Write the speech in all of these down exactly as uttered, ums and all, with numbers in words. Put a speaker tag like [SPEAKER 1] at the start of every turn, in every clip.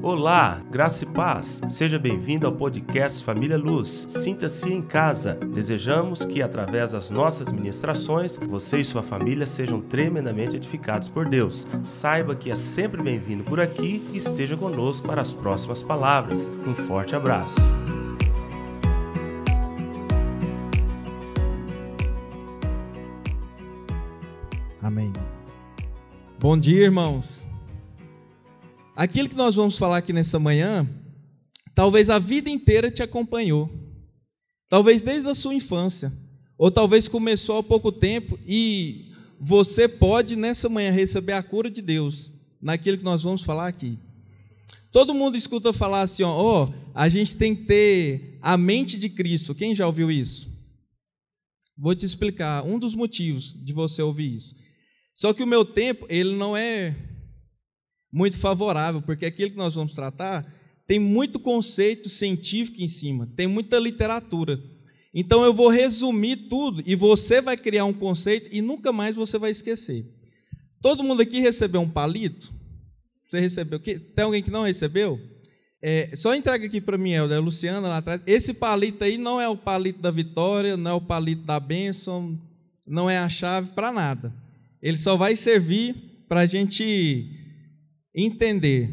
[SPEAKER 1] Olá, graça e paz. Seja bem-vindo ao podcast Família Luz. Sinta-se em casa. Desejamos que, através das nossas ministrações, você e sua família sejam tremendamente edificados por Deus. Saiba que é sempre bem-vindo por aqui e esteja conosco para as próximas palavras. Um forte abraço.
[SPEAKER 2] Amém. Bom dia, irmãos. Aquilo que nós vamos falar aqui nessa manhã, talvez a vida inteira te acompanhou. Talvez desde a sua infância. Ou talvez começou há pouco tempo e você pode nessa manhã receber a cura de Deus naquilo que nós vamos falar aqui. Todo mundo escuta falar assim, ó, oh, a gente tem que ter a mente de Cristo. Quem já ouviu isso? Vou te explicar um dos motivos de você ouvir isso. Só que o meu tempo, ele não é muito favorável, porque aquilo que nós vamos tratar tem muito conceito científico em cima, tem muita literatura. Então eu vou resumir tudo e você vai criar um conceito e nunca mais você vai esquecer. Todo mundo aqui recebeu um palito? Você recebeu? Tem alguém que não recebeu? É, só entrega aqui para mim, Helder, a Luciana lá atrás. Esse palito aí não é o palito da vitória, não é o palito da bênção, não é a chave para nada. Ele só vai servir para a gente entender.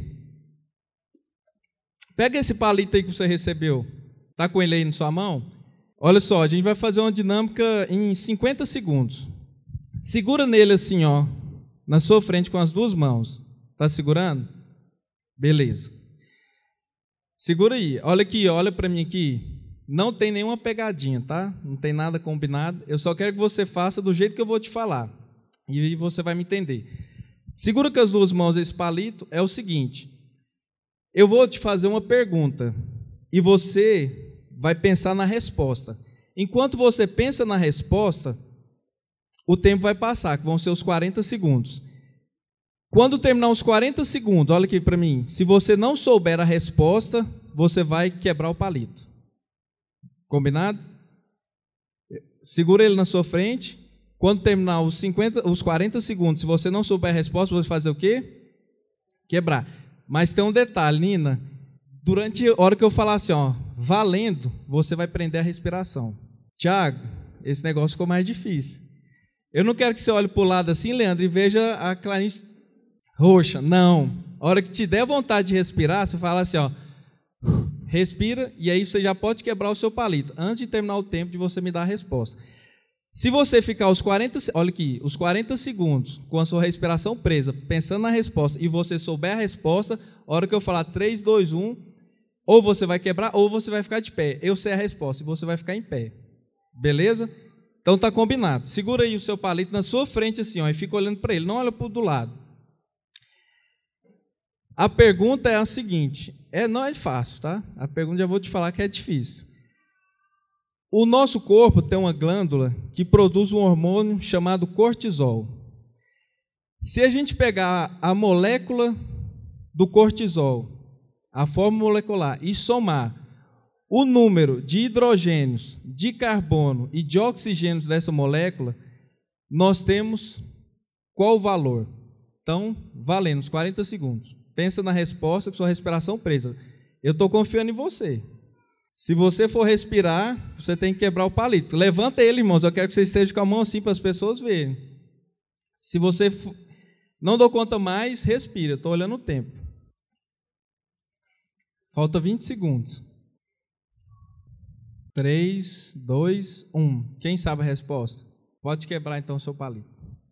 [SPEAKER 2] Pega esse palito aí que você recebeu. Está com ele aí na sua mão? Olha só, a gente vai fazer uma dinâmica em cinquenta segundos. Segura nele assim, ó, na sua frente com as duas mãos. Está segurando? Beleza. Segura aí. Olha aqui, olha para mim aqui. Não tem nenhuma pegadinha, tá? Não tem nada combinado. Eu só quero que você faça do jeito que eu vou te falar. E aí você vai me entender. Segura com as duas mãos esse palito. É o seguinte. Eu vou te fazer uma pergunta. E você vai pensar na resposta. Enquanto você pensa na resposta, o tempo vai passar, que vão ser os quarenta segundos. Quando terminar os quarenta segundos, olha aqui para mim. Se você não souber a resposta, você vai quebrar o palito. Combinado? Segura ele na sua frente. Quando terminar os, cinquenta, os quarenta segundos, se você não souber a resposta, você vai fazer o quê? Quebrar. Mas tem um detalhe, Nina. Durante a hora que eu falar assim, ó, valendo, você vai prender a respiração. Tiago, esse negócio ficou mais difícil. Eu não quero que você olhe para o lado assim, Leandro, e veja a Clarice roxa. Não. A hora que te der vontade de respirar, você fala assim, ó, respira, e aí você já pode quebrar o seu palito, antes de terminar o tempo de você me dar a resposta. Se você ficar os quarenta, olha aqui, os quarenta segundos com a sua respiração presa, pensando na resposta, e você souber a resposta, a hora que eu falar três, dois, um, ou você vai quebrar, ou você vai ficar de pé. Eu sei a resposta, e você vai ficar em pé. Beleza? Então tá combinado. Segura aí o seu palito na sua frente assim, ó, e fica olhando para ele, não olha para o do lado. A pergunta é a seguinte, é, não é fácil, tá? A pergunta já vou te falar que é difícil. O nosso corpo tem uma glândula que produz um hormônio chamado cortisol. Se a gente pegar a molécula do cortisol, a forma molecular, e somar o número de hidrogênios, de carbono e de oxigênios dessa molécula, nós temos qual o valor? Então, valendo os quarenta segundos. Pensa na resposta com sua respiração presa. Eu estou confiando em você. Se você for respirar, você tem que quebrar o palito. Levanta ele, irmãos. Eu quero que você esteja com a mão assim para as pessoas verem. Se você for... não dou conta mais, respira. Estou olhando o tempo. Falta vinte segundos. três, dois, um. Quem sabe a resposta? Pode quebrar então o seu palito.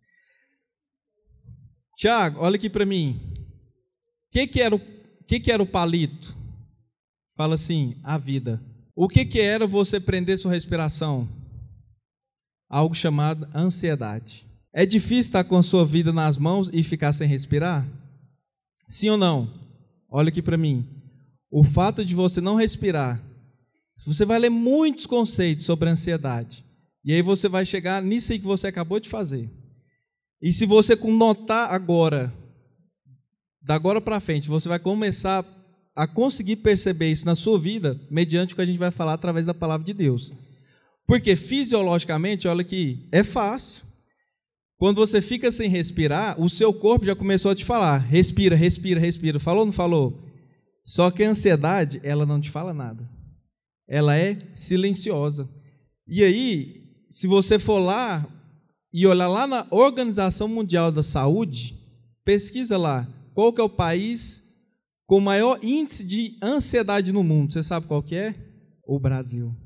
[SPEAKER 2] Tiago, olha aqui para mim. O que, que, era o... que, que era o palito? Fala assim, a vida. O que, que era você prender sua respiração? Algo chamado ansiedade. É difícil estar com a sua vida nas mãos e ficar sem respirar? Sim ou não? Olha aqui para mim. O fato de você não respirar, você vai ler muitos conceitos sobre ansiedade. E aí você vai chegar nisso aí que você acabou de fazer. E se você notar agora, da agora para frente, você vai começar a conseguir perceber isso na sua vida, mediante o que a gente vai falar através da palavra de Deus. Porque fisiologicamente, olha aqui, é fácil. Quando você fica sem respirar, o seu corpo já começou a te falar, respira, respira, respira. Falou ou não falou? Só que a ansiedade, ela não te fala nada. Ela é silenciosa. E aí, se você for lá e olhar lá na Organização Mundial da Saúde, pesquisa lá, qual que é o país com o maior índice de ansiedade no mundo. Você sabe qual que é? O Brasil.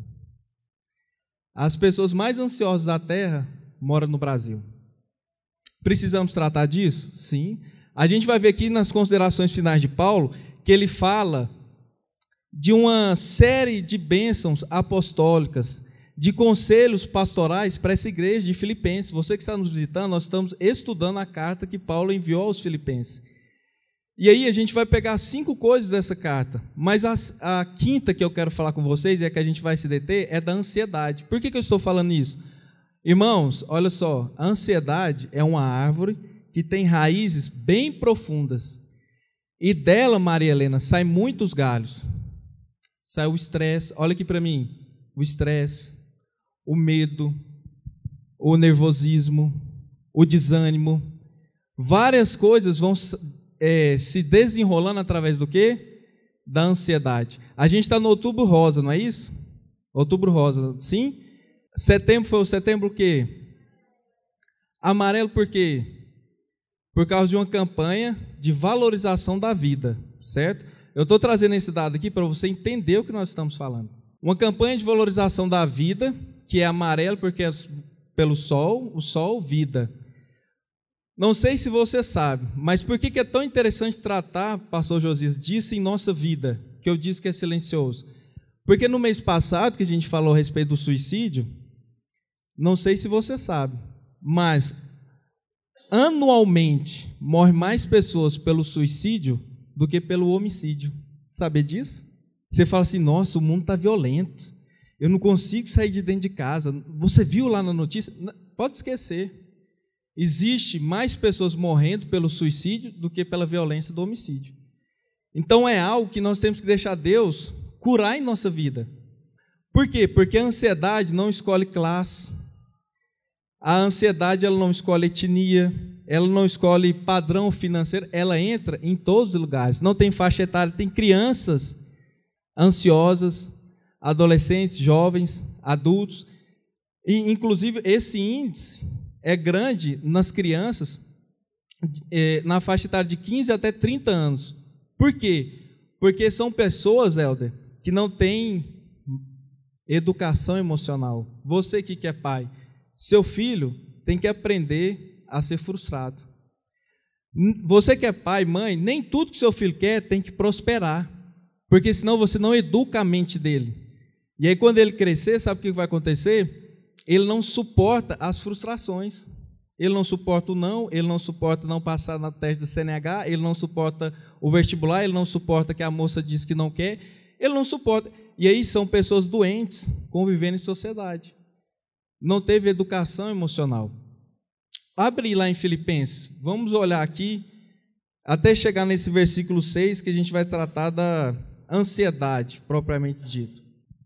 [SPEAKER 2] As pessoas mais ansiosas da Terra moram no Brasil. Precisamos tratar disso? Sim. A gente vai ver aqui nas considerações finais de Paulo que ele fala de uma série de bênçãos apostólicas, de conselhos pastorais para essa igreja de Filipenses. Você que está nos visitando, nós estamos estudando a carta que Paulo enviou aos Filipenses. E aí a gente vai pegar cinco coisas dessa carta, mas a, a quinta que eu quero falar com vocês, e a que a gente vai se deter, é da ansiedade. Por que, que eu estou falando isso? Irmãos, olha só, a ansiedade é uma árvore que tem raízes bem profundas, e dela, Maria Helena, saem muitos galhos. Sai o estresse, olha aqui para mim, o estresse, o medo, o nervosismo, o desânimo, várias coisas vão É, se desenrolando através do quê? Da ansiedade. A gente está no outubro rosa, não é isso? Outubro rosa, sim? Setembro foi o setembro o quê? Amarelo por quê? Por causa de uma campanha de valorização da vida, certo? Eu estou trazendo esse dado aqui para você entender o que nós estamos falando. Uma campanha de valorização da vida, que é amarelo porque é pelo sol, o sol, vida. Não sei se você sabe, mas por que é tão interessante tratar, pastor Josias, disso em nossa vida, que eu disse que é silencioso? Porque no mês passado, que a gente falou a respeito do suicídio, não sei se você sabe, mas anualmente morrem mais pessoas pelo suicídio do que pelo homicídio. Sabe disso? Você fala assim, nossa, o mundo está violento, eu não consigo sair de dentro de casa. Você viu lá na notícia? Pode esquecer. Existe mais pessoas morrendo pelo suicídio do que pela violência do homicídio. Então é algo que nós temos que deixar Deus curar em nossa vida. Por quê? Porque a ansiedade não escolhe classe. A ansiedade ela não escolhe etnia, ela não escolhe padrão financeiro, ela entra em todos os lugares. Não tem faixa etária, tem crianças ansiosas, adolescentes, jovens, adultos. E inclusive esse índice é grande nas crianças, é, na faixa etária de quinze até trinta anos. Por quê? Porque são pessoas, Helder, que não têm educação emocional. Você que é pai, seu filho tem que aprender a ser frustrado. Você que é pai, mãe, nem tudo que seu filho quer tem que prosperar, porque senão você não educa a mente dele. E aí quando ele crescer, sabe o que vai acontecer? Ele não suporta as frustrações, ele não suporta o não, ele não suporta não passar na teste do C N H, ele não suporta o vestibular, ele não suporta que a moça diz que não quer, ele não suporta. E aí são pessoas doentes, convivendo em sociedade. Não teve educação emocional. Abre lá em Filipenses, vamos olhar aqui, até chegar nesse versículo seis, que a gente vai tratar da ansiedade, propriamente dito.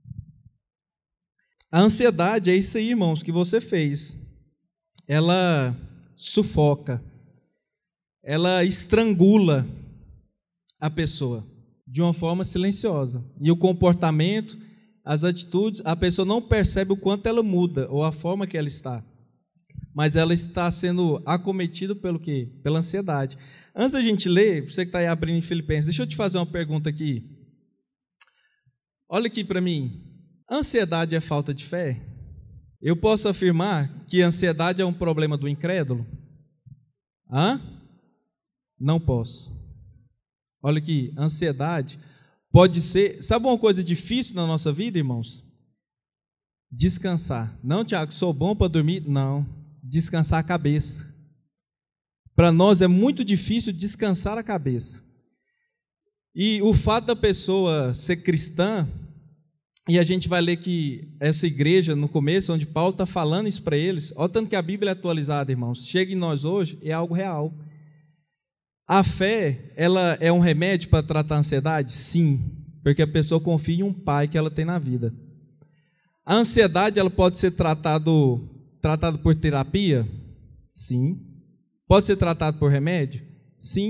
[SPEAKER 2] A ansiedade é isso aí, irmãos, que você fez. Ela sufoca, ela estrangula a pessoa de uma forma silenciosa. E o comportamento, as atitudes, a pessoa não percebe o quanto ela muda ou a forma que ela está. Mas ela está sendo acometida pelo quê? Pela ansiedade. Antes da gente ler, você que está aí abrindo em Filipenses, deixa eu te fazer uma pergunta aqui. Olha aqui para mim. Ansiedade é falta de fé? Eu posso afirmar que a ansiedade é um problema do incrédulo? Hã? Não posso. Olha aqui, ansiedade pode ser... Sabe uma coisa difícil na nossa vida, irmãos? Descansar. Não, Tiago, sou bom para dormir? Não. Descansar a cabeça. Para nós é muito difícil descansar a cabeça. E o fato da pessoa ser cristã... E a gente vai ler que essa igreja, no começo, onde Paulo está falando isso para eles, olha tanto que a Bíblia é atualizada, irmãos, chega em nós hoje, é algo real. A fé, ela é um remédio para tratar a ansiedade? Sim, porque a pessoa confia em um pai que ela tem na vida. A ansiedade, ela pode ser tratado, tratado por terapia? Sim. Pode ser tratado por remédio? Sim,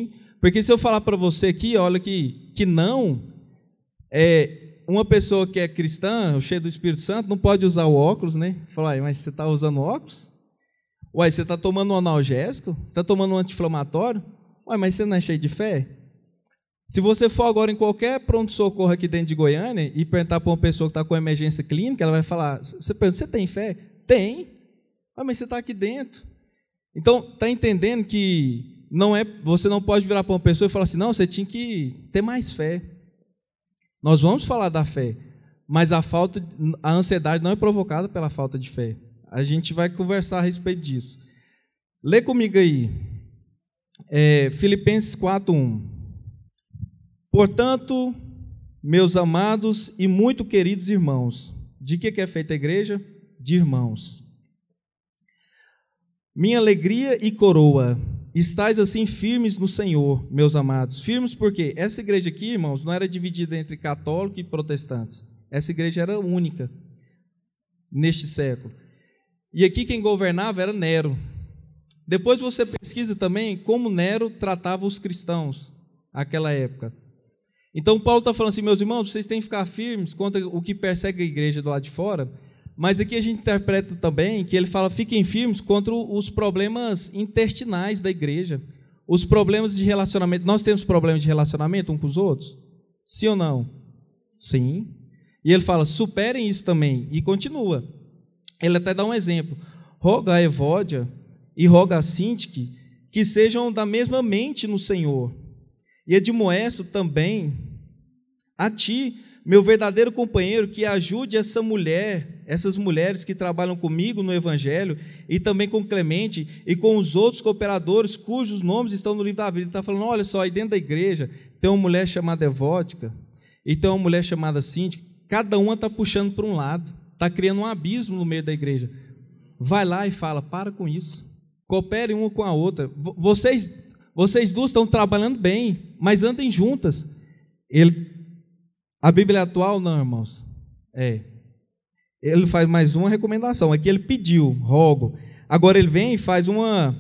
[SPEAKER 2] Porque se eu falar para você aqui, olha que, que não, é, uma pessoa que é cristã, cheia do Espírito Santo, não pode usar o óculos, né? Falar, mas você está usando óculos? Uai, você está tomando um analgésico? Você está tomando um anti-inflamatório? Uai, mas você não é cheio de fé? Se você for agora em qualquer pronto-socorro aqui dentro de Goiânia e perguntar para uma pessoa que está com emergência clínica, ela vai falar, você pergunta, você tem fé? Tem. Uai, mas você está aqui dentro. Então, está entendendo que não é, você não pode virar para uma pessoa e falar assim, não, você tinha que ter mais fé. Nós vamos falar da fé, mas a falta, a ansiedade não é provocada pela falta de fé. A gente vai conversar a respeito disso. Lê comigo aí, é, Filipenses quatro, um. Portanto, meus amados e muito queridos irmãos, de que é feita a igreja? De irmãos. Minha alegria e coroa, estais assim firmes no Senhor, meus amados. Firmes porque essa igreja aqui, irmãos, não era dividida entre católicos e protestantes. Essa igreja era única neste século. E aqui quem governava era Nero. Depois você pesquisa também como Nero tratava os cristãos naquela época. Então Paulo está falando assim, meus irmãos, vocês têm que ficar firmes contra o que persegue a igreja do lado de fora, mas aqui a gente interpreta também que ele fala, fiquem firmes contra os problemas intestinais da igreja, os problemas de relacionamento. Nós temos problemas de relacionamento uns com os outros? Sim ou não? Sim. E ele fala, superem isso também, e continua. Ele até dá um exemplo, roga a Evódia e roga a Sintique que sejam da mesma mente no Senhor. E admoesto também a ti, meu verdadeiro companheiro, que ajude essa mulher, essas mulheres que trabalham comigo no Evangelho, e também com Clemente, e com os outros cooperadores, cujos nomes estão no livro da vida. Ele está falando, olha só, aí dentro da igreja tem uma mulher chamada Evódica, e tem uma mulher chamada Sintique, cada uma está puxando para um lado, está criando um abismo no meio da igreja. Vai lá e fala, para com isso, cooperem uma com a outra, vocês... Vocês duas estão trabalhando bem, mas andem juntas. Ele, a Bíblia atual, não, irmãos. É. Ele faz mais uma recomendação. Aqui ele pediu, rogo. Agora ele vem e faz uma,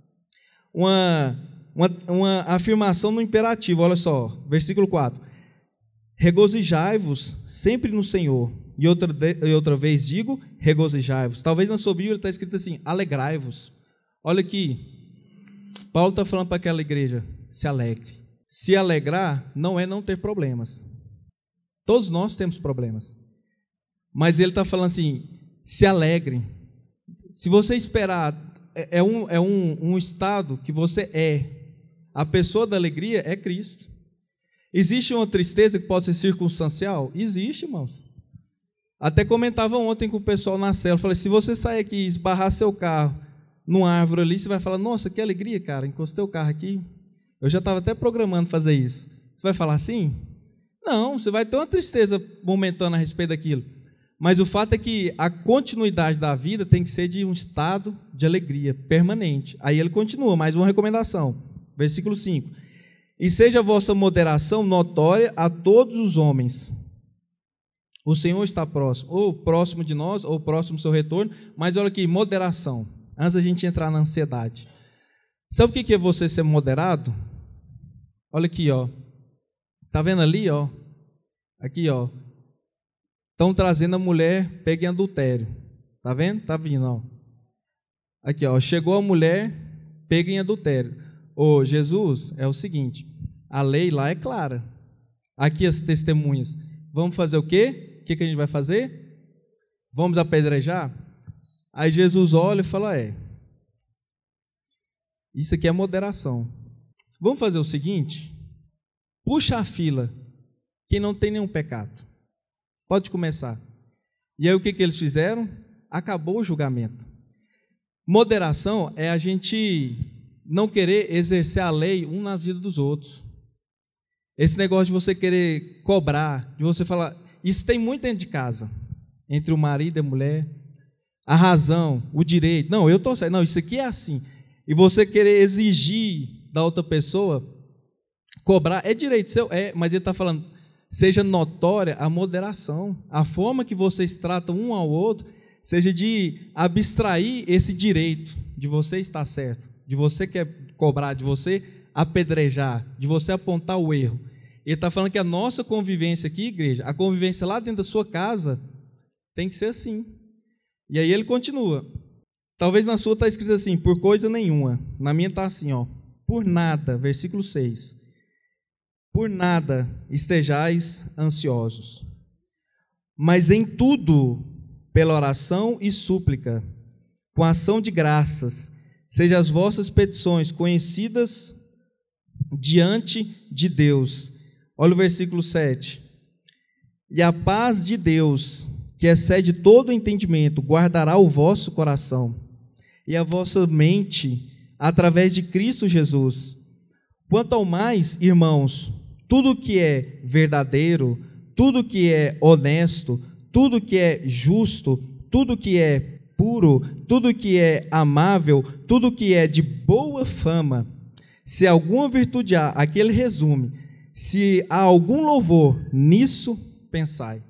[SPEAKER 2] uma, uma, uma afirmação no imperativo. Olha só, versículo quatro. Regozijai-vos sempre no Senhor. E outra, e outra vez digo, regozijai-vos. Talvez na sua Bíblia está escrito assim, alegrai-vos. Olha aqui. Paulo está falando para aquela igreja, se alegre. Se alegrar não é não ter problemas. Todos nós temos problemas. Mas ele está falando assim, se alegrem. Se você esperar, é, um, é um, um estado que você é. A pessoa da alegria é Cristo. Existe uma tristeza que pode ser circunstancial? Existe, irmãos. Até comentava ontem com o pessoal na célula, falei, se você sair aqui e esbarrar seu carro numa árvore ali, você vai falar, nossa, que alegria, cara, encostei o carro aqui. Eu já estava até programando fazer isso. Você vai falar assim? Não, você vai ter uma tristeza momentânea a respeito daquilo. Mas o fato é que a continuidade da vida tem que ser de um estado de alegria permanente. Aí ele continua, mais uma recomendação. Versículo cinco. E seja a vossa moderação notória a todos os homens. O Senhor está próximo, ou próximo de nós, ou próximo do seu retorno, mas olha aqui, moderação. Antes da gente entrar na ansiedade. Sabe o que é você ser moderado? Olha aqui, ó. Tá vendo ali, ó? Aqui, ó. Estão trazendo a mulher pega em adultério. Tá vendo? Tá vindo, ó. Aqui, ó. Chegou a mulher pega em adultério. Ô, Jesus, é o seguinte. A lei lá é clara. Aqui as testemunhas. Vamos fazer o quê? O que, que a gente vai fazer? Vamos apedrejar? Aí Jesus olha e fala, é, isso aqui é moderação. Vamos fazer o seguinte, puxa a fila, quem não tem nenhum pecado. Pode começar. E aí o que, que eles fizeram? Acabou o julgamento. Moderação é a gente não querer exercer a lei um na vida dos outros. Esse negócio de você querer cobrar, de você falar, isso tem muito dentro de casa, entre o marido e a mulher. A razão, o direito, não, eu estou certo, não, isso aqui é assim. E você querer exigir da outra pessoa, cobrar, é direito seu, é, mas ele está falando, seja notória a moderação, a forma que vocês tratam um ao outro, seja de abstrair esse direito de você estar certo, de você quer cobrar, de você apedrejar, de você apontar o erro. Ele está falando que a nossa convivência aqui, igreja, a convivência lá dentro da sua casa, tem que ser assim. E aí ele continua. Talvez na sua está escrito assim, por coisa nenhuma. Na minha está assim, ó, por nada, versículo seis. Por nada estejais ansiosos, mas em tudo, pela oração e súplica, com ação de graças, sejam as vossas petições conhecidas diante de Deus. Olha o versículo sete. E a paz de Deus, que excede todo o entendimento, guardará o vosso coração e a vossa mente, através de Cristo Jesus. Quanto ao mais, irmãos, tudo que é verdadeiro, tudo que é honesto, tudo que é justo, tudo que é puro, tudo que é amável, tudo que é de boa fama, se alguma virtude há, aqui ele resume, se há algum louvor, nisso pensai.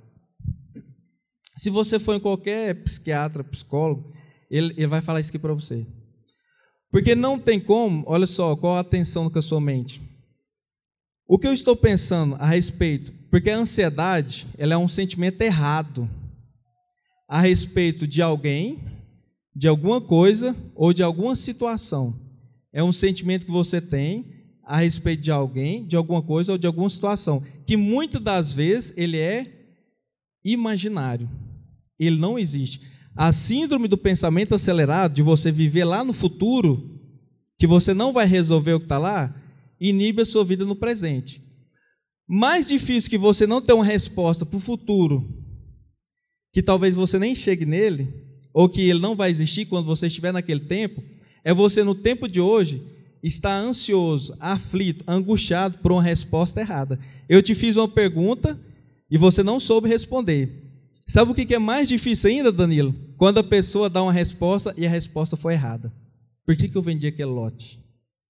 [SPEAKER 2] Se você for em qualquer psiquiatra, psicólogo, ele, ele vai falar isso aqui para você. Porque não tem como, olha só, qual a atenção com a sua mente. O que eu estou pensando a respeito, porque a ansiedade, ela é um sentimento errado a respeito de alguém, de alguma coisa ou de alguma situação. É um sentimento que você tem a respeito de alguém, de alguma coisa ou de alguma situação, que muitas das vezes ele é imaginário. Ele não existe. A síndrome do pensamento acelerado, de você viver lá no futuro, que você não vai resolver o que está lá, inibe a sua vida no presente. Mais difícil que você não ter uma resposta para o futuro, que talvez você nem chegue nele, ou que ele não vai existir quando você estiver naquele tempo, é você no tempo de hoje estar ansioso, aflito, angustiado por uma resposta errada. Eu te fiz uma pergunta e você não soube responder. Sabe o que é mais difícil ainda, Danilo? Quando a pessoa dá uma resposta e a resposta foi errada. Por que que eu vendi aquele lote?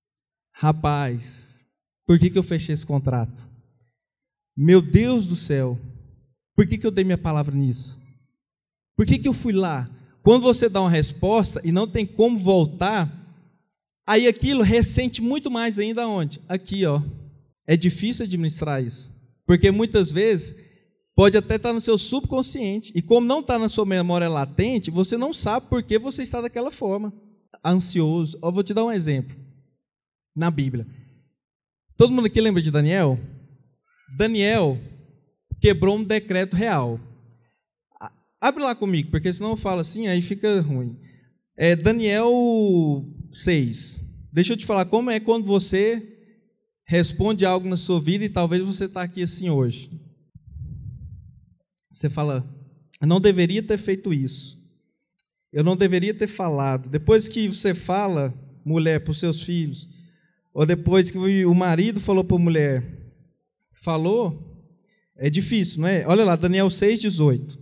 [SPEAKER 2] Rapaz, por que que eu fechei esse contrato? Meu Deus do céu, por que que eu dei minha palavra nisso? Por que que eu fui lá? Quando você dá uma resposta e não tem como voltar, aí aquilo ressente muito mais ainda onde? Aqui, ó. É difícil administrar isso. Porque muitas vezes pode até estar no seu subconsciente. E como não está na sua memória latente, você não sabe por que você está daquela forma. Ansioso. Eu vou te dar um exemplo. Na Bíblia. Todo mundo aqui lembra de Daniel? Daniel quebrou um decreto real. Abre lá comigo, porque senão eu falo assim, aí fica ruim. É Daniel seis. Deixa eu te falar como é quando você responde algo na sua vida e talvez você está aqui assim hoje. Você fala, eu não deveria ter feito isso. Eu não deveria ter falado. Depois que você fala, mulher, para os seus filhos, ou depois que o marido falou para a mulher, falou, é difícil, não é? Olha lá, Daniel seis, dezoito.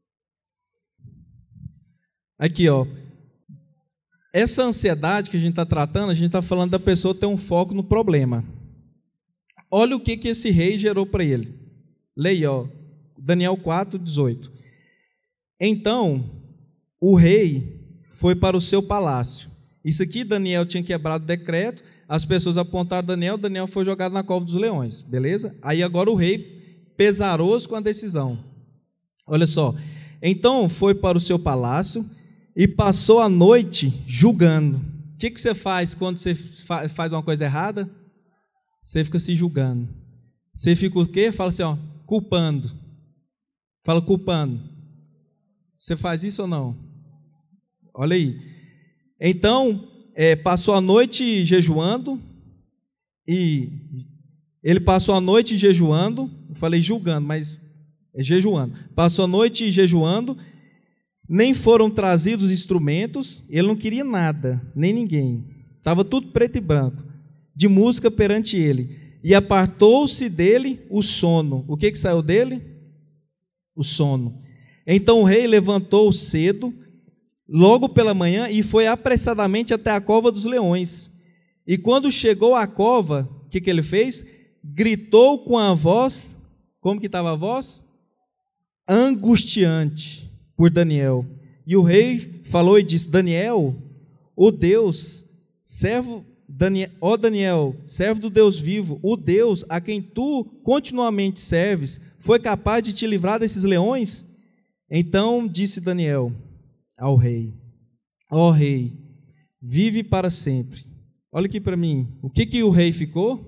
[SPEAKER 2] Aqui, ó. Essa ansiedade que a gente está tratando, a gente está falando da pessoa ter um foco no problema. Olha o que, que esse rei gerou para ele. Leia, ó. Daniel quatro, dezoito. Então, o rei foi para o seu palácio. Isso aqui, Daniel tinha quebrado o decreto, as pessoas apontaram Daniel, Daniel foi jogado na cova dos leões, beleza? Aí agora o rei, pesaroso com a decisão. Olha só. Então, foi para o seu palácio e passou a noite julgando. O que, que você faz quando você faz uma coisa errada? Você fica se julgando. Você fica o quê? Fala assim, ó, culpando. Fala culpando. Você faz isso ou não? Olha aí. Então, é, passou a noite jejuando, e ele passou a noite jejuando, eu falei julgando, mas é jejuando. Passou a noite jejuando, nem foram trazidos instrumentos, ele não queria nada, nem ninguém. Estava tudo preto e branco, de música perante ele. E apartou-se dele o sono. O que que saiu dele? O sono. Então o rei levantou cedo, logo pela manhã, e foi apressadamente até a cova dos leões. E quando chegou à cova, o que que ele fez? Gritou com a voz, como que estava a voz? Angustiante por Daniel. E o rei falou e disse, Daniel, o Deus, servo Daniel, ó Daniel, servo do Deus vivo, o Deus a quem tu continuamente serves, foi capaz de te livrar desses leões? Então disse Daniel ao rei, ó rei, vive para sempre. Olha aqui para mim, o que que o rei ficou?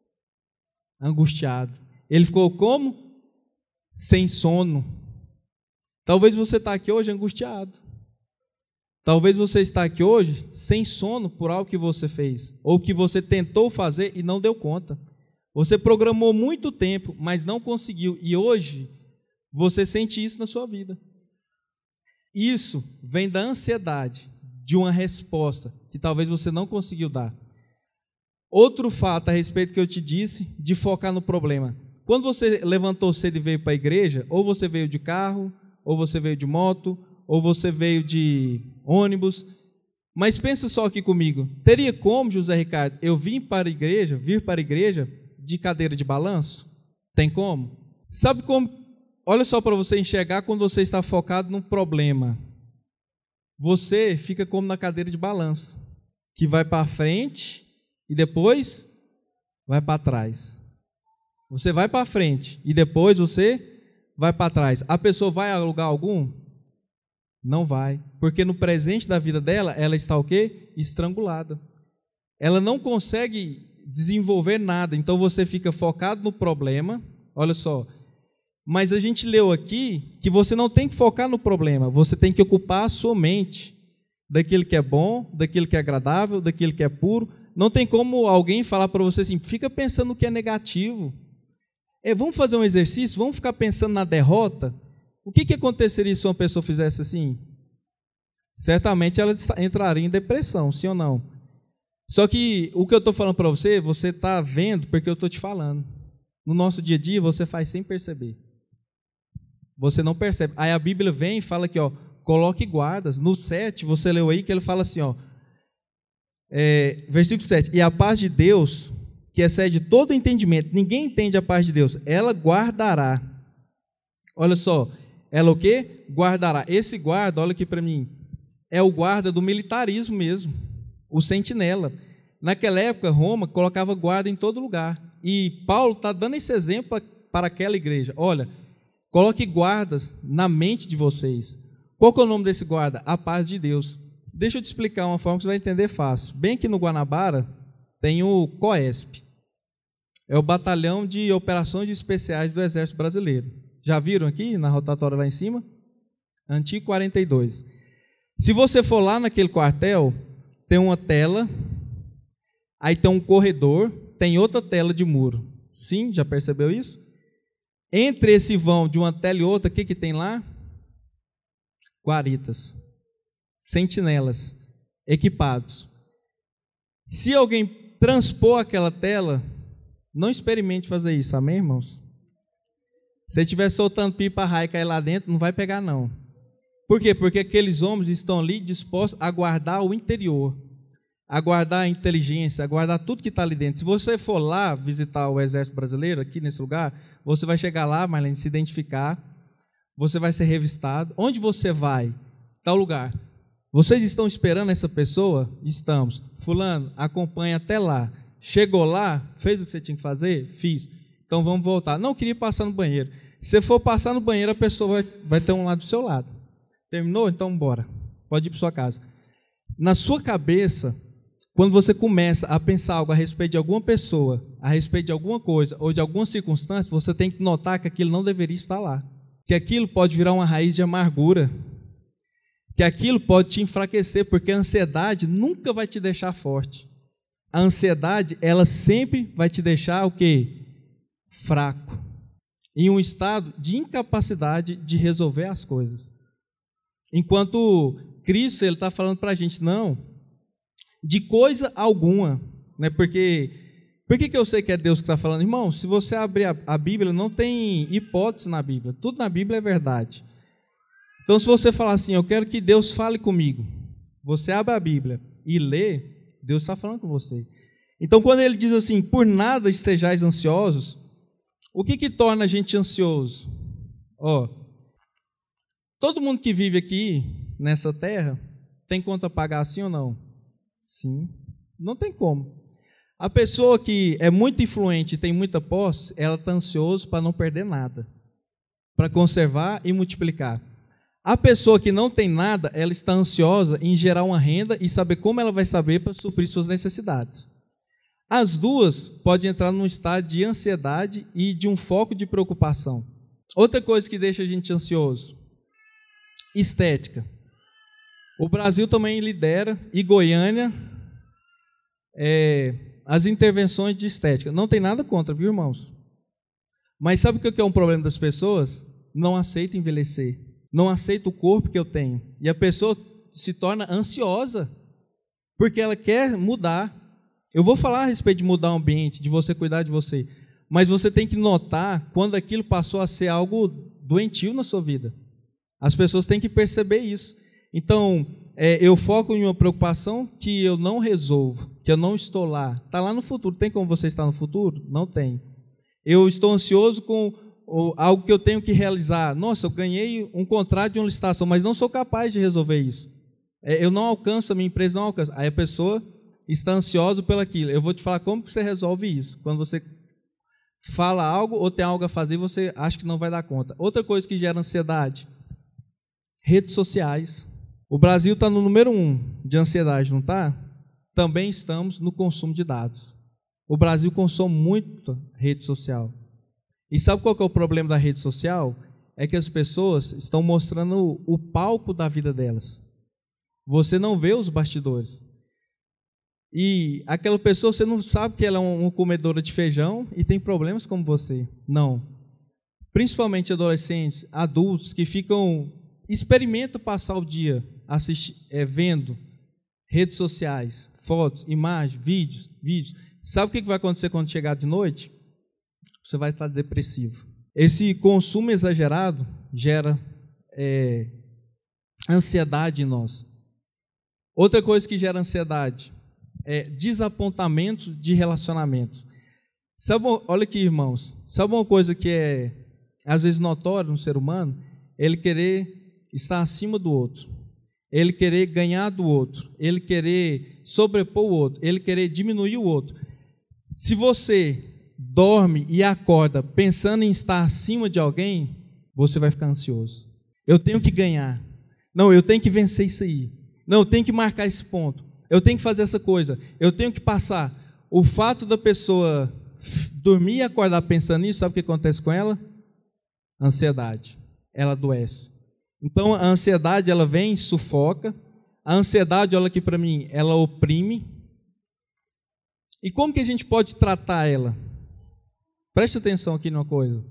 [SPEAKER 2] Angustiado. Ele ficou como? Sem sono. Talvez você está aqui hoje angustiado. Talvez você está aqui hoje sem sono por algo que você fez, ou que você tentou fazer e não deu conta. Você programou muito tempo, mas não conseguiu, e hoje você sente isso na sua vida. Isso vem da ansiedade de uma resposta que talvez você não conseguiu dar. Outro fato a respeito que eu te disse, de focar no problema. Quando você levantou cedo e veio para a igreja, ou você veio de carro, ou você veio de moto, ou você veio de ônibus, mas pensa só aqui comigo, teria como, José Ricardo, eu vim para a igreja, vir para a igreja de cadeira de balanço? Tem como? Sabe como? Olha só para você enxergar quando você está focado num problema. Você fica como na cadeira de balanço, que vai para frente e depois vai para trás. Você vai para frente e depois você vai para trás. A pessoa vai a lugar algum? Não vai, porque no presente da vida dela, ela está o quê? Estrangulada. Ela não consegue desenvolver nada, então você fica focado no problema, olha só. Mas a gente leu aqui que você não tem que focar no problema, você tem que ocupar a sua mente daquilo que é bom, daquilo que é agradável, daquilo que é puro. Não tem como alguém falar para você assim, fica pensando no que é negativo. É, vamos fazer um exercício, vamos ficar pensando na derrota. O que, que aconteceria se uma pessoa fizesse assim? Certamente ela entraria em depressão, sim ou não? Só que o que eu estou falando para você, você está vendo porque eu estou te falando. No nosso dia a dia, você faz sem perceber. Você não percebe. Aí a Bíblia vem e fala aqui, ó, coloque guardas. No sete, você leu aí que ele fala assim, ó, é, versículo sete, e a paz de Deus, que excede todo entendimento, ninguém entende a paz de Deus, ela guardará. Olha só, ela o quê? Guardará. Esse guarda, olha aqui para mim, é o guarda do militarismo mesmo, o sentinela. Naquela época, Roma colocava guarda em todo lugar. E Paulo está dando esse exemplo para aquela igreja. Olha, coloque guardas na mente de vocês. Qual que é o nome desse guarda? A paz de Deus. Deixa eu te explicar uma forma que você vai entender fácil. Bem aqui no Guanabara tem o COESP. É o Batalhão de Operações Especiais do Exército Brasileiro. Já viram aqui na rotatória lá em cima? Antigo quarenta e dois. Se você for lá naquele quartel, tem uma tela, aí tem um corredor, tem outra tela de muro. Sim, já percebeu isso? Entre esse vão de uma tela e outra, o que, que tem lá? Guaritas, sentinelas, equipados. Se alguém transpor aquela tela, não experimente fazer isso, amém, irmãos? Se você estiver soltando pipa, raio e cair lá dentro, não vai pegar não. Por quê? Porque aqueles homens estão ali dispostos a guardar o interior, a guardar a inteligência, a guardar tudo que está ali dentro. Se você for lá visitar o Exército Brasileiro, aqui nesse lugar, você vai chegar lá, Marlene, se identificar, você vai ser revistado. Onde você vai? Tal lugar. Vocês estão esperando essa pessoa? Estamos. Fulano, acompanha até lá. Chegou lá, fez o que você tinha que fazer? Fiz. Então vamos voltar. Não, queria passar no banheiro. Se você for passar no banheiro, a pessoa vai, vai ter um lá do seu lado. Terminou? Então bora. Pode ir para sua casa. Na sua cabeça, quando você começa a pensar algo a respeito de alguma pessoa, a respeito de alguma coisa ou de alguma circunstância, você tem que notar que aquilo não deveria estar lá. Que aquilo pode virar uma raiz de amargura. Que aquilo pode te enfraquecer, porque a ansiedade nunca vai te deixar forte. A ansiedade, ela sempre vai te deixar o quê? Fraco, em um estado de incapacidade de resolver as coisas. Enquanto Cristo ele está falando para a gente, não, de coisa alguma, né? Porque, por que, que eu sei que é Deus que está falando? Irmão, se você abrir a, a Bíblia, não tem hipótese na Bíblia, tudo na Bíblia é verdade. Então se você falar assim, eu quero que Deus fale comigo, você abre a Bíblia e lê, Deus está falando com você. Então quando ele diz assim, por nada estejais ansiosos, o que que torna a gente ansioso? Ó, todo mundo que vive aqui nessa terra tem conta a pagar, sim ou não? Sim. Não tem como. A pessoa que é muito influente e tem muita posse, ela está ansiosa para não perder nada, para conservar e multiplicar. A pessoa que não tem nada, ela está ansiosa em gerar uma renda e saber como ela vai saber para suprir suas necessidades. As duas podem entrar num estado de ansiedade e de um foco de preocupação. Outra coisa que deixa a gente ansioso, estética. O Brasil também lidera, e Goiânia, é, as intervenções de estética. Não tem nada contra, viu, irmãos? Mas sabe o que é um problema das pessoas? Não aceita envelhecer. Não aceita o corpo que eu tenho. E a pessoa se torna ansiosa, porque ela quer mudar. Eu vou falar a respeito de mudar o ambiente, de você cuidar de você. Mas você tem que notar quando aquilo passou a ser algo doentio na sua vida. As pessoas têm que perceber isso. Então, é, eu foco em uma preocupação que eu não resolvo, que eu não estou lá. Está lá no futuro. Tem como você estar no futuro? Não tem. Eu estou ansioso com ou, algo que eu tenho que realizar. Nossa, eu ganhei um contrato de uma licitação, mas não sou capaz de resolver isso. É, eu não alcanço, a minha empresa não alcança. Aí a pessoa está ansiosa pelo aquilo. Eu vou te falar como que você resolve isso. Quando você fala algo ou tem algo a fazer, você acha que não vai dar conta. Outra coisa que gera ansiedade, redes sociais. O Brasil está no número um de ansiedade, não está? Também estamos no consumo de dados. O Brasil consome muito rede social. E sabe qual que é o problema da rede social? É que as pessoas estão mostrando o palco da vida delas. Você não vê os bastidores. E aquela pessoa, você não sabe que ela é uma comedora de feijão e tem problemas como você. Não. Principalmente adolescentes, adultos que ficam, experimentam passar o dia assisti, é, vendo redes sociais, fotos, imagens, vídeos, vídeos. Sabe o que vai acontecer quando chegar de noite? Você vai estar depressivo. Esse consumo exagerado gera é, ansiedade em nós. Outra coisa que gera ansiedade é desapontamento de relacionamentos. Sabe, olha aqui, irmãos, sabe uma coisa que é às vezes notória no ser humano? Ele querer estar acima do outro, ele querer ganhar do outro, ele querer sobrepor o outro, ele querer diminuir o outro. Se você dorme e acorda pensando em estar acima de alguém, você vai ficar ansioso. Eu tenho que ganhar. Não, eu tenho que vencer isso aí. Não, eu tenho que marcar esse ponto. Eu tenho que fazer essa coisa. Eu tenho que passar. O fato da pessoa dormir e acordar pensando nisso, sabe o que acontece com ela? Ansiedade. Ela adoece. Então, a ansiedade, ela vem e sufoca. A ansiedade, olha aqui para mim, ela oprime. E como que a gente pode tratar ela? Preste atenção aqui numa coisa.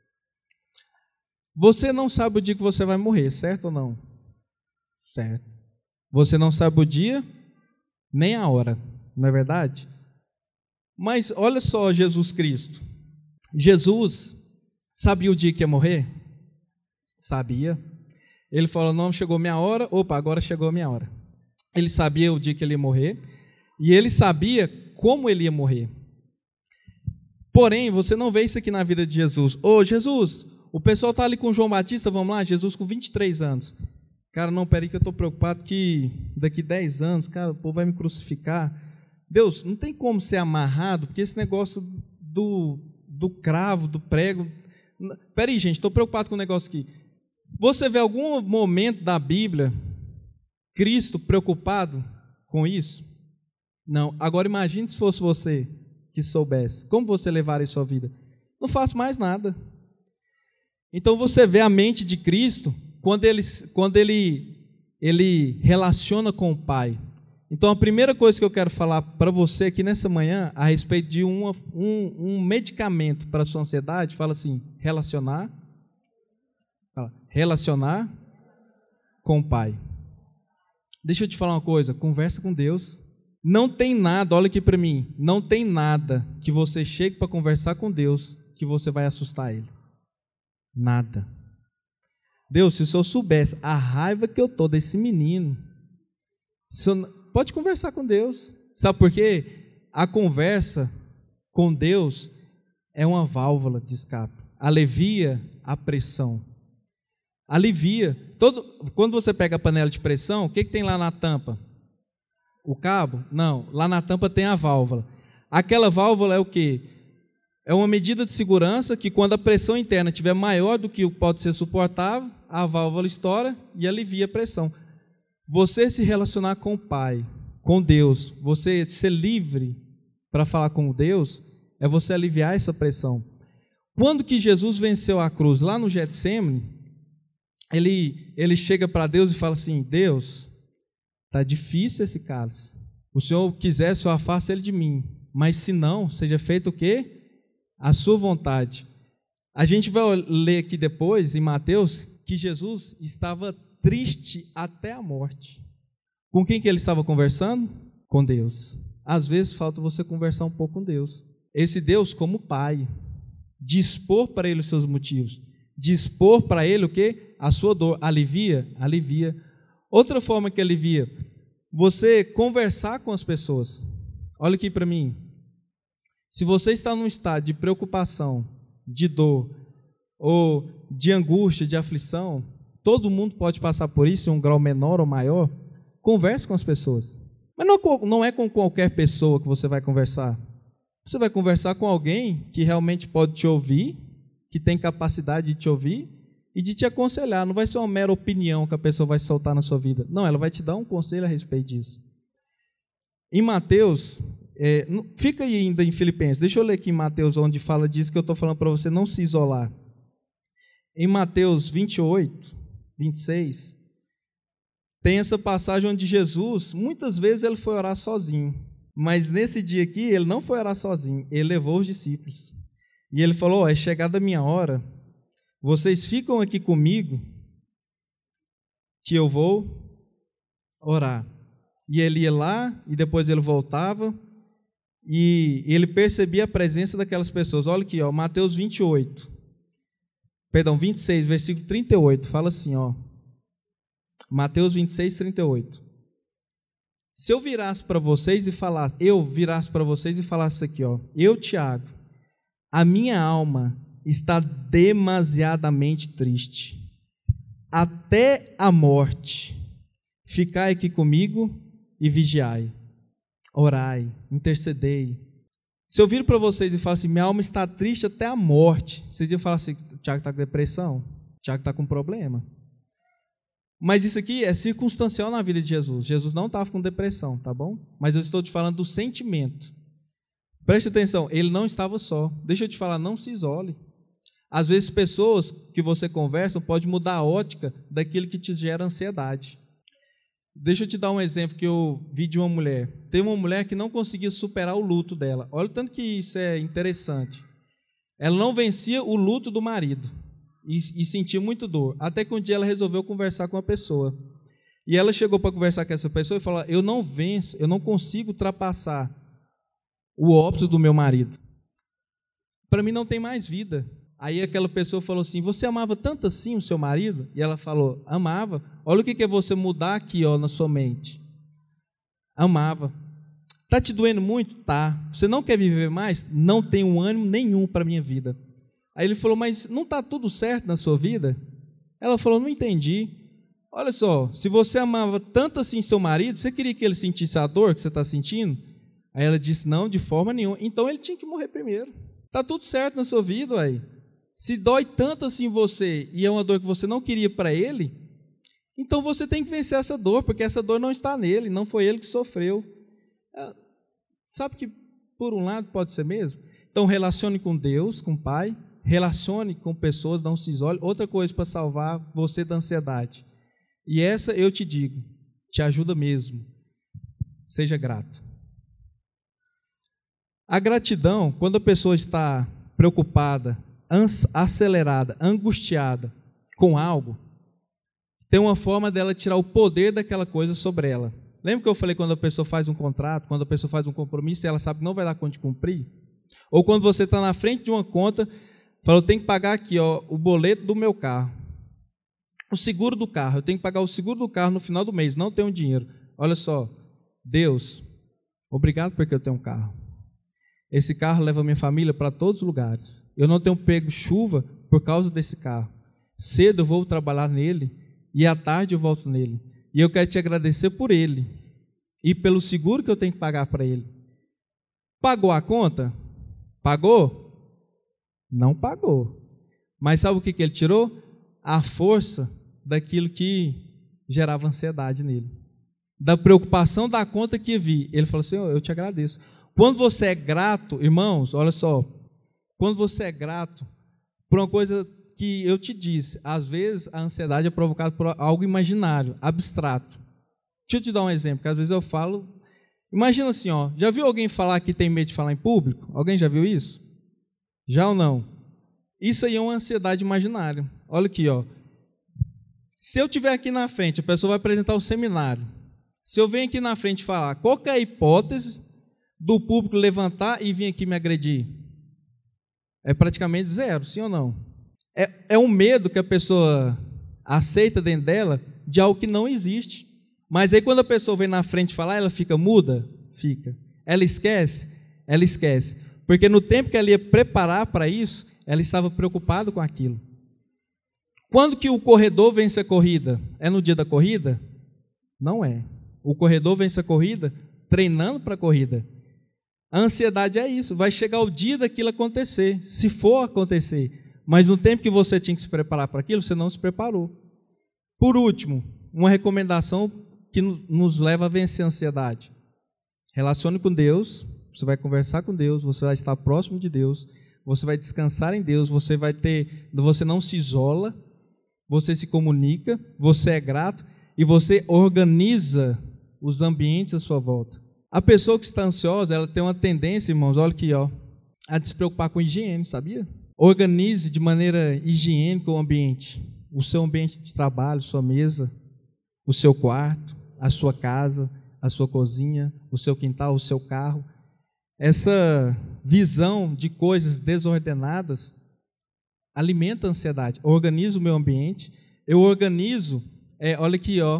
[SPEAKER 2] Você não sabe o dia que você vai morrer, certo ou não? Certo. Você não sabe o dia, nem a hora, não é verdade? Mas olha só Jesus Cristo. Jesus sabia o dia que ia morrer? Sabia. Ele falou, não, chegou minha hora, opa, agora chegou a minha hora. Ele sabia o dia que ele ia morrer, e ele sabia como ele ia morrer. Porém, você não vê isso aqui na vida de Jesus. Ô, Jesus, o pessoal está ali com João Batista, vamos lá, Jesus com vinte e três anos. Cara, não, peraí que eu estou preocupado que daqui dez anos, cara, o povo vai me crucificar. Deus, não tem como ser amarrado, porque esse negócio do, do cravo, do prego... Peraí, gente, estou preocupado com o negócio aqui. Você vê algum momento da Bíblia Cristo preocupado com isso? Não. Agora imagine se fosse você que soubesse. Como você levaria a sua vida? Não faço mais nada. Então você vê a mente de Cristo quando ele, quando ele, ele relaciona com o Pai. Então a primeira coisa que eu quero falar para você aqui nessa manhã, a respeito de uma, um, um medicamento para a sua ansiedade, fala assim, relacionar, fala, relacionar com o Pai. Deixa eu te falar uma coisa, conversa com Deus. Não tem nada, olha aqui para mim, não tem nada que você chegue para conversar com Deus que você vai assustar Ele. Nada. Deus, se o Senhor soubesse a raiva que eu estou desse menino, senhor, pode conversar com Deus. Sabe por quê? A conversa com Deus é uma válvula de escape. Alivia a pressão. Alivia. Todo, quando você pega a panela de pressão, o que, que tem lá na tampa? o cabo? Não, lá na tampa tem a válvula. Aquela válvula é o quê? É uma medida de segurança que quando a pressão interna estiver maior do que pode ser suportável, a válvula estoura e alivia a pressão. Você se relacionar com o Pai, com Deus, você ser livre para falar com Deus, é você aliviar essa pressão. Quando que Jesus venceu a cruz? Lá no Getsêmani, ele, ele chega para Deus e fala assim, Deus, está difícil esse cálice. O Senhor quiser, o Senhor afasta ele de mim. Mas se não, seja feito o quê? A sua vontade. A gente vai ler aqui depois, em Mateus, que Jesus estava triste até a morte. Com quem que ele estava conversando? Com Deus. Às vezes falta você conversar um pouco com Deus. Esse Deus como Pai. Dispor para ele os seus motivos. Dispor para ele o quê? A sua dor. Alivia? Alivia. Outra forma que alivia, você conversar com as pessoas. Olha aqui para mim. Se você está num estado de preocupação, de dor, ou de angústia, de aflição, todo mundo pode passar por isso em um grau menor ou maior, converse com as pessoas. Mas não, não é com qualquer pessoa que você vai conversar. Você vai conversar com alguém que realmente pode te ouvir, que tem capacidade de te ouvir e de te aconselhar. Não vai ser uma mera opinião que a pessoa vai soltar na sua vida. Não, ela vai te dar um conselho a respeito disso. Em Mateus, é, fica aí ainda em Filipenses, deixa eu ler aqui em Mateus, onde fala disso que eu estou falando para você não se isolar. Em Mateus vinte e oito, vinte e seis, tem essa passagem onde Jesus, muitas vezes ele foi orar sozinho, mas nesse dia aqui ele não foi orar sozinho, ele levou os discípulos. E ele falou, oh, é chegada a minha hora, vocês ficam aqui comigo, que eu vou orar. E ele ia lá, e depois ele voltava, e ele percebia a presença daquelas pessoas. Olha aqui, ó, Mateus vinte e oito, perdão, vinte e seis, versículo trinta e oito, fala assim, ó, Mateus vinte e seis, trinta e oito. Se eu virasse para vocês e falasse, eu virasse para vocês e falasse aqui, ó, eu, Tiago, a minha alma está demasiadamente triste, até a morte, ficai aqui comigo e vigiai, orai, intercedei. Se eu viro para vocês e falar assim, minha alma está triste até a morte, vocês iam falar assim, o Tiago está com depressão, o Tiago está com problema. Mas isso aqui é circunstancial na vida de Jesus. Jesus não estava com depressão, tá bom? Mas eu estou te falando do sentimento. Preste atenção, ele não estava só. Deixa eu te falar, não se isole. Às vezes pessoas que você conversa podem mudar a ótica daquilo que te gera ansiedade. Deixa eu te dar um exemplo que eu vi de uma mulher. Tem uma mulher que não conseguia superar o luto dela. Olha o tanto que isso é interessante. Ela não vencia o luto do marido e, e sentia muito dor. Até que um dia ela resolveu conversar com uma pessoa. E ela chegou para conversar com essa pessoa e falou, eu não venço, eu não consigo ultrapassar o óbito do meu marido. Para mim não tem mais vida. Aí aquela pessoa falou assim, você amava tanto assim o seu marido? E ela falou, amava. Olha o que é você mudar aqui, ó, na sua mente. Amava. Está te doendo muito? Tá. Você não quer viver mais? Não tenho ânimo nenhum para a minha vida. Aí ele falou, mas não está tudo certo na sua vida? Ela falou, não entendi. Olha só, se você amava tanto assim seu marido, você queria que ele sentisse a dor que você está sentindo? Aí ela disse, não, de forma nenhuma. Então ele tinha que morrer primeiro. Está tudo certo na sua vida, aí. Se dói tanto assim você e é uma dor que você não queria para ele, então você tem que vencer essa dor, porque essa dor não está nele, não foi ele que sofreu. Sabe que por um lado pode ser mesmo? Então relacione com Deus, com o Pai, relacione com pessoas, não se isole. Outra coisa para salvar você da ansiedade, e essa eu te digo, te ajuda mesmo, seja grato. A gratidão, quando a pessoa está preocupada, acelerada, angustiada com algo, tem uma forma dela tirar o poder daquela coisa sobre ela. Lembra que eu falei quando a pessoa faz um contrato, quando a pessoa faz um compromisso e ela sabe que não vai dar conta de cumprir? Ou quando você está na frente de uma conta, fala, eu tenho que pagar aqui, ó, o boleto do meu carro, o seguro do carro, eu tenho que pagar o seguro do carro no final do mês, não tenho dinheiro. Olha só, Deus, obrigado porque eu tenho um carro. Esse carro leva minha família para todos os lugares. Eu não tenho pego chuva por causa desse carro. Cedo eu vou trabalhar nele e à tarde eu volto nele. E eu quero te agradecer por ele. e pelo seguro que eu tenho que pagar para ele. Pagou a conta? Pagou? Não pagou. Mas sabe o que, que ele tirou? A força daquilo que gerava ansiedade nele. Da preocupação da conta que vi. Ele falou assim, eu te agradeço. Quando você é grato, irmãos, olha só, quando você é grato por uma coisa que eu te disse, às vezes a ansiedade é provocada por algo imaginário, abstrato. Deixa eu te dar um exemplo, que às vezes eu falo, imagina assim, ó, já viu alguém falar que tem medo de falar em público? Alguém já viu isso? Já ou não? Isso aí é uma ansiedade imaginária. Olha aqui, ó. Se eu estiver aqui na frente, a pessoa vai apresentar o seminário. Se eu venho aqui na frente falar, qual que é a hipótese do público levantar e vir aqui me agredir? É praticamente zero, sim ou não? É, é um medo que a pessoa aceita dentro dela de algo que não existe. Mas aí quando a pessoa vem na frente falar, ela fica muda? Fica. Ela esquece? Ela esquece. Porque no tempo que ela ia preparar para isso, ela estava preocupada com aquilo. Quando que o corredor vence a corrida? É no dia da corrida? Não é. O corredor vence a corrida treinando para a corrida. A ansiedade é isso. Vai chegar o dia daquilo acontecer, se for acontecer. Mas no tempo que você tinha que se preparar para aquilo, você não se preparou. Por último, uma recomendação que nos leva a vencer a ansiedade. Relacione com Deus, você vai conversar com Deus, você vai estar próximo de Deus, você vai descansar em Deus, você vai ter, você não se isola, você se comunica, você é grato e você organiza os ambientes à sua volta. A pessoa que está ansiosa, ela tem uma tendência, irmãos, olha aqui, ó, a se preocupar com higiene, sabia? Organize de maneira higiênica o ambiente, o seu ambiente de trabalho, sua mesa, o seu quarto, a sua casa, a sua cozinha, o seu quintal, o seu carro. Essa visão de coisas desordenadas alimenta a ansiedade. Eu organizo o meu ambiente, eu organizo, é, olha aqui, ó,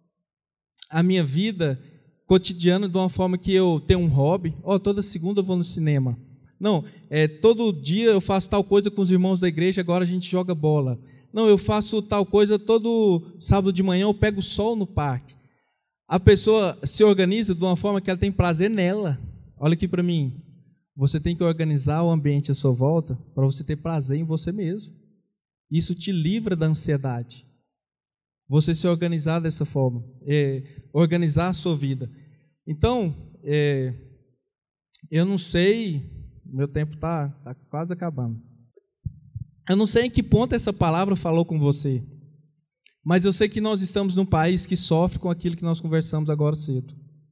[SPEAKER 2] a minha vida cotidiana de uma forma que eu tenho um hobby. Ó, toda segunda eu vou no cinema. Não, é, todo dia eu faço tal coisa com os irmãos da igreja, agora a gente joga bola. Não, eu faço tal coisa todo sábado de manhã, eu pego sol no parque. A pessoa se organiza de uma forma que ela tem prazer nela. Olha aqui para mim. Você tem que organizar o ambiente à sua volta para você ter prazer em você mesmo. Isso te livra da ansiedade. Você se organizar dessa forma, é, organizar a sua vida. Então, é, eu não sei, meu tempo está tá quase acabando. Eu não sei em que ponto essa palavra falou com você, mas eu sei que nós estamos num país que sofre com aquilo que nós conversamos agora cedo.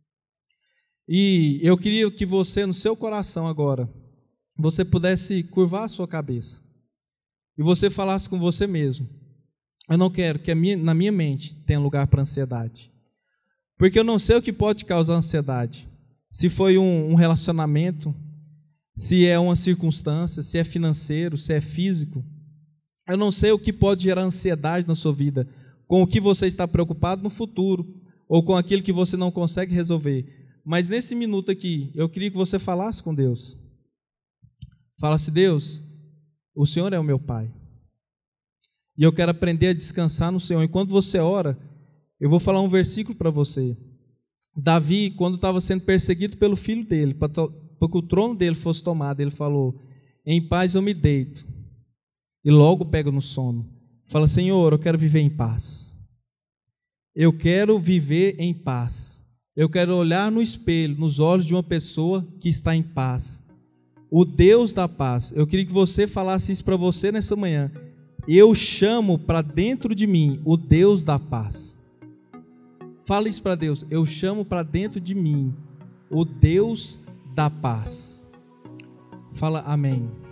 [SPEAKER 2] E eu queria que você, no seu coração agora, você pudesse curvar a sua cabeça e você falasse com você mesmo: eu não quero que a minha, na minha mente tenha lugar para ansiedade, porque eu não sei o que pode causar ansiedade. Se foi um, um relacionamento, se é uma circunstância, se é financeiro, se é físico. Eu não sei o que pode gerar ansiedade na sua vida, com o que você está preocupado no futuro, ou com aquilo que você não consegue resolver. Mas nesse minuto aqui, eu queria que você falasse com Deus. Falasse: Deus, o Senhor é o meu Pai. E eu quero aprender a descansar no Senhor. Enquanto você ora, eu vou falar um versículo para você. Davi, quando estava sendo perseguido pelo filho dele, para que o trono dele fosse tomado, ele falou: em paz eu me deito, e logo pego no sono. Fala: Senhor, eu quero viver em paz. Eu quero viver em paz. Eu quero olhar no espelho, nos olhos de uma pessoa que está em paz. O Deus da paz. Eu queria que você falasse isso para você nessa manhã. Eu chamo para dentro de mim o Deus da paz. Fala isso para Deus. Eu chamo para dentro de mim o Deus da paz. Fala amém.